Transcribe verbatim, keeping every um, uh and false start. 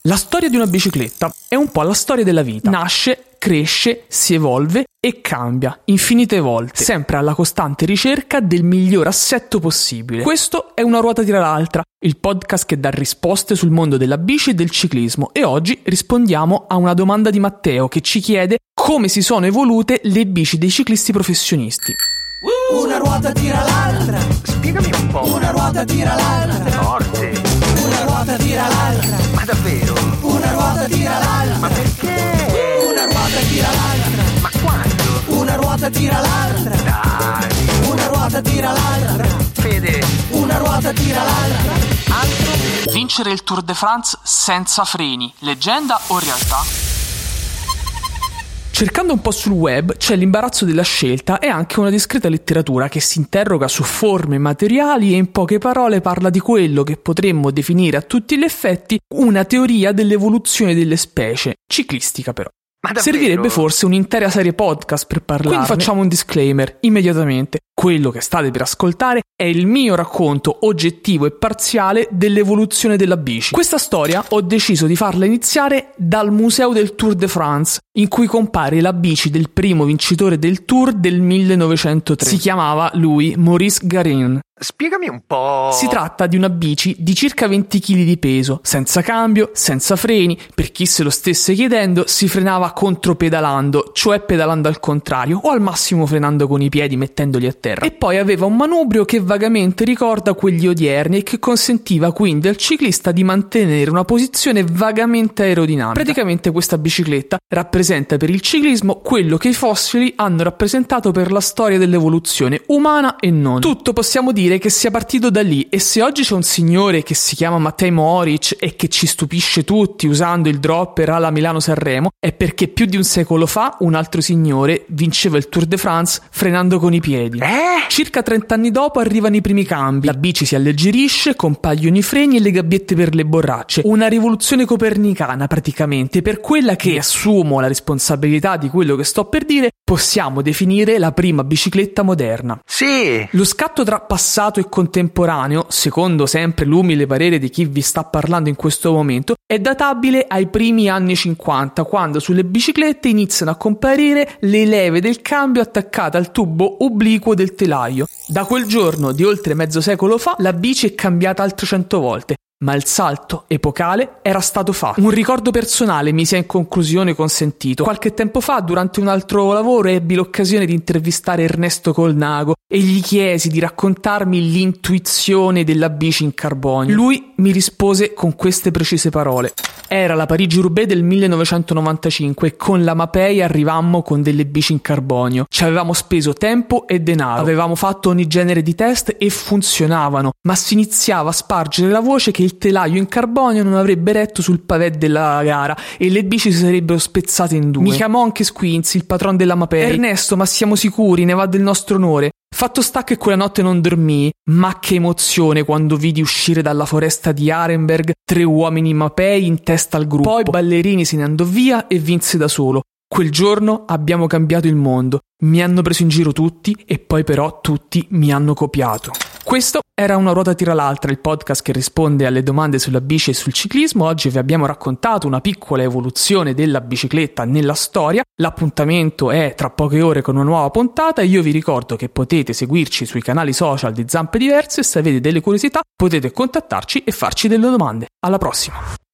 La storia di una bicicletta è un po' la storia della vita. Nasce, cresce, si evolve e cambia infinite volte, sempre alla costante ricerca del miglior assetto possibile. Questo è Una ruota tira l'altra, il podcast che dà risposte sul mondo della bici e del ciclismo, e oggi rispondiamo a una domanda di Matteo che ci chiede come si sono evolute le bici dei ciclisti professionisti. Una ruota tira l'altra. Spiegami un po'. Una ruota tira l'altra. Forte. Una ruota tira l'altra. Ma davvero? Una ruota tira l'altra. Ma perché? Una ruota tira l'altra. Ma quando? Una ruota tira l'altra. Dai. Una ruota tira l'altra. Fede. Una ruota tira l'altra. Altro? Vincere il Tour de France senza freni, leggenda o realtà? Cercando un po' sul web c'è l'imbarazzo della scelta e anche una discreta letteratura che si interroga su forme materiali e in poche parole parla di quello che potremmo definire a tutti gli effetti una teoria dell'evoluzione delle specie, ciclistica però. Ma davvero? Servirebbe forse un'intera serie podcast per parlarne. Quindi facciamo un disclaimer immediatamente. Quello che state per ascoltare è il mio racconto oggettivo e parziale dell'evoluzione della bici. Questa storia ho deciso di farla iniziare dal museo del Tour de France, in cui compare la bici del primo vincitore del Tour del millenovecentotre. Si chiamava lui Maurice Garin. Spiegami un po'. Si tratta di una bici di circa venti chili di peso, senza cambio, senza freni. Per chi se lo stesse chiedendo, si frenava contropedalando, cioè pedalando al contrario, o al massimo frenando con i piedi mettendoli a terra. E poi aveva un manubrio che vagamente ricorda quelli odierni e che consentiva quindi al ciclista di mantenere una posizione vagamente aerodinamica. Praticamente questa bicicletta rappresenta per il ciclismo quello che i fossili hanno rappresentato per la storia dell'evoluzione, umana e non. Tutto possiamo dire che sia partito da lì, e se oggi c'è un signore che si chiama Matej Mohoric e che ci stupisce tutti usando il dropper alla Milano-Sanremo, è perché più di un secolo fa un altro signore vinceva il Tour de France frenando con i piedi. Eh? Circa trenta anni dopo arrivano i primi cambi, la bici si alleggerisce, compaiono i freni e le gabbiette per le borracce, una rivoluzione copernicana praticamente, per quella che, assumo la responsabilità di quello che sto per dire, possiamo definire la prima bicicletta moderna. Sì. Lo scatto tra passato e contemporaneo, secondo sempre l'umile parere di chi vi sta parlando in questo momento, è databile ai primi anni cinquanta, quando sulle biciclette iniziano a comparire le leve del cambio attaccate al tubo obliquo del telaio. Da quel giorno di oltre mezzo secolo fa la bici è cambiata altre cento volte, ma il salto epocale era stato fatto. Un ricordo personale mi sia in conclusione consentito. Qualche tempo fa, durante un altro lavoro, ebbi l'occasione di intervistare Ernesto Colnago e gli chiesi di raccontarmi l'intuizione della bici in carbonio. Lui mi rispose con queste precise parole. Era la Parigi-Roubaix del millenovecentonovantacinque e con la Mapei arrivammo con delle bici in carbonio. Ci avevamo speso tempo e denaro, avevamo fatto ogni genere di test e funzionavano, ma si iniziava a spargere la voce che il telaio in carbonio non avrebbe retto sul pavé della gara e le bici si sarebbero spezzate in due. Mi chiamò anche Squinzi, il patron della Mapei. Ernesto, ma siamo sicuri, ne va del nostro onore. Fatto sta che quella notte non dormii, ma che emozione quando vidi uscire dalla foresta di Arenberg tre uomini Mapei in testa al gruppo. Poi Ballerini se ne andò via e vinse da solo. Quel giorno abbiamo cambiato il mondo. Mi hanno preso in giro tutti e poi però tutti mi hanno copiato. Questo era Una ruota tira l'altra, il podcast che risponde alle domande sulla bici e sul ciclismo. Oggi vi abbiamo raccontato una piccola evoluzione della bicicletta nella storia. L'appuntamento è tra poche ore con una nuova puntata e io vi ricordo che potete seguirci sui canali social di Zampe Diverse e se avete delle curiosità potete contattarci e farci delle domande. Alla prossima!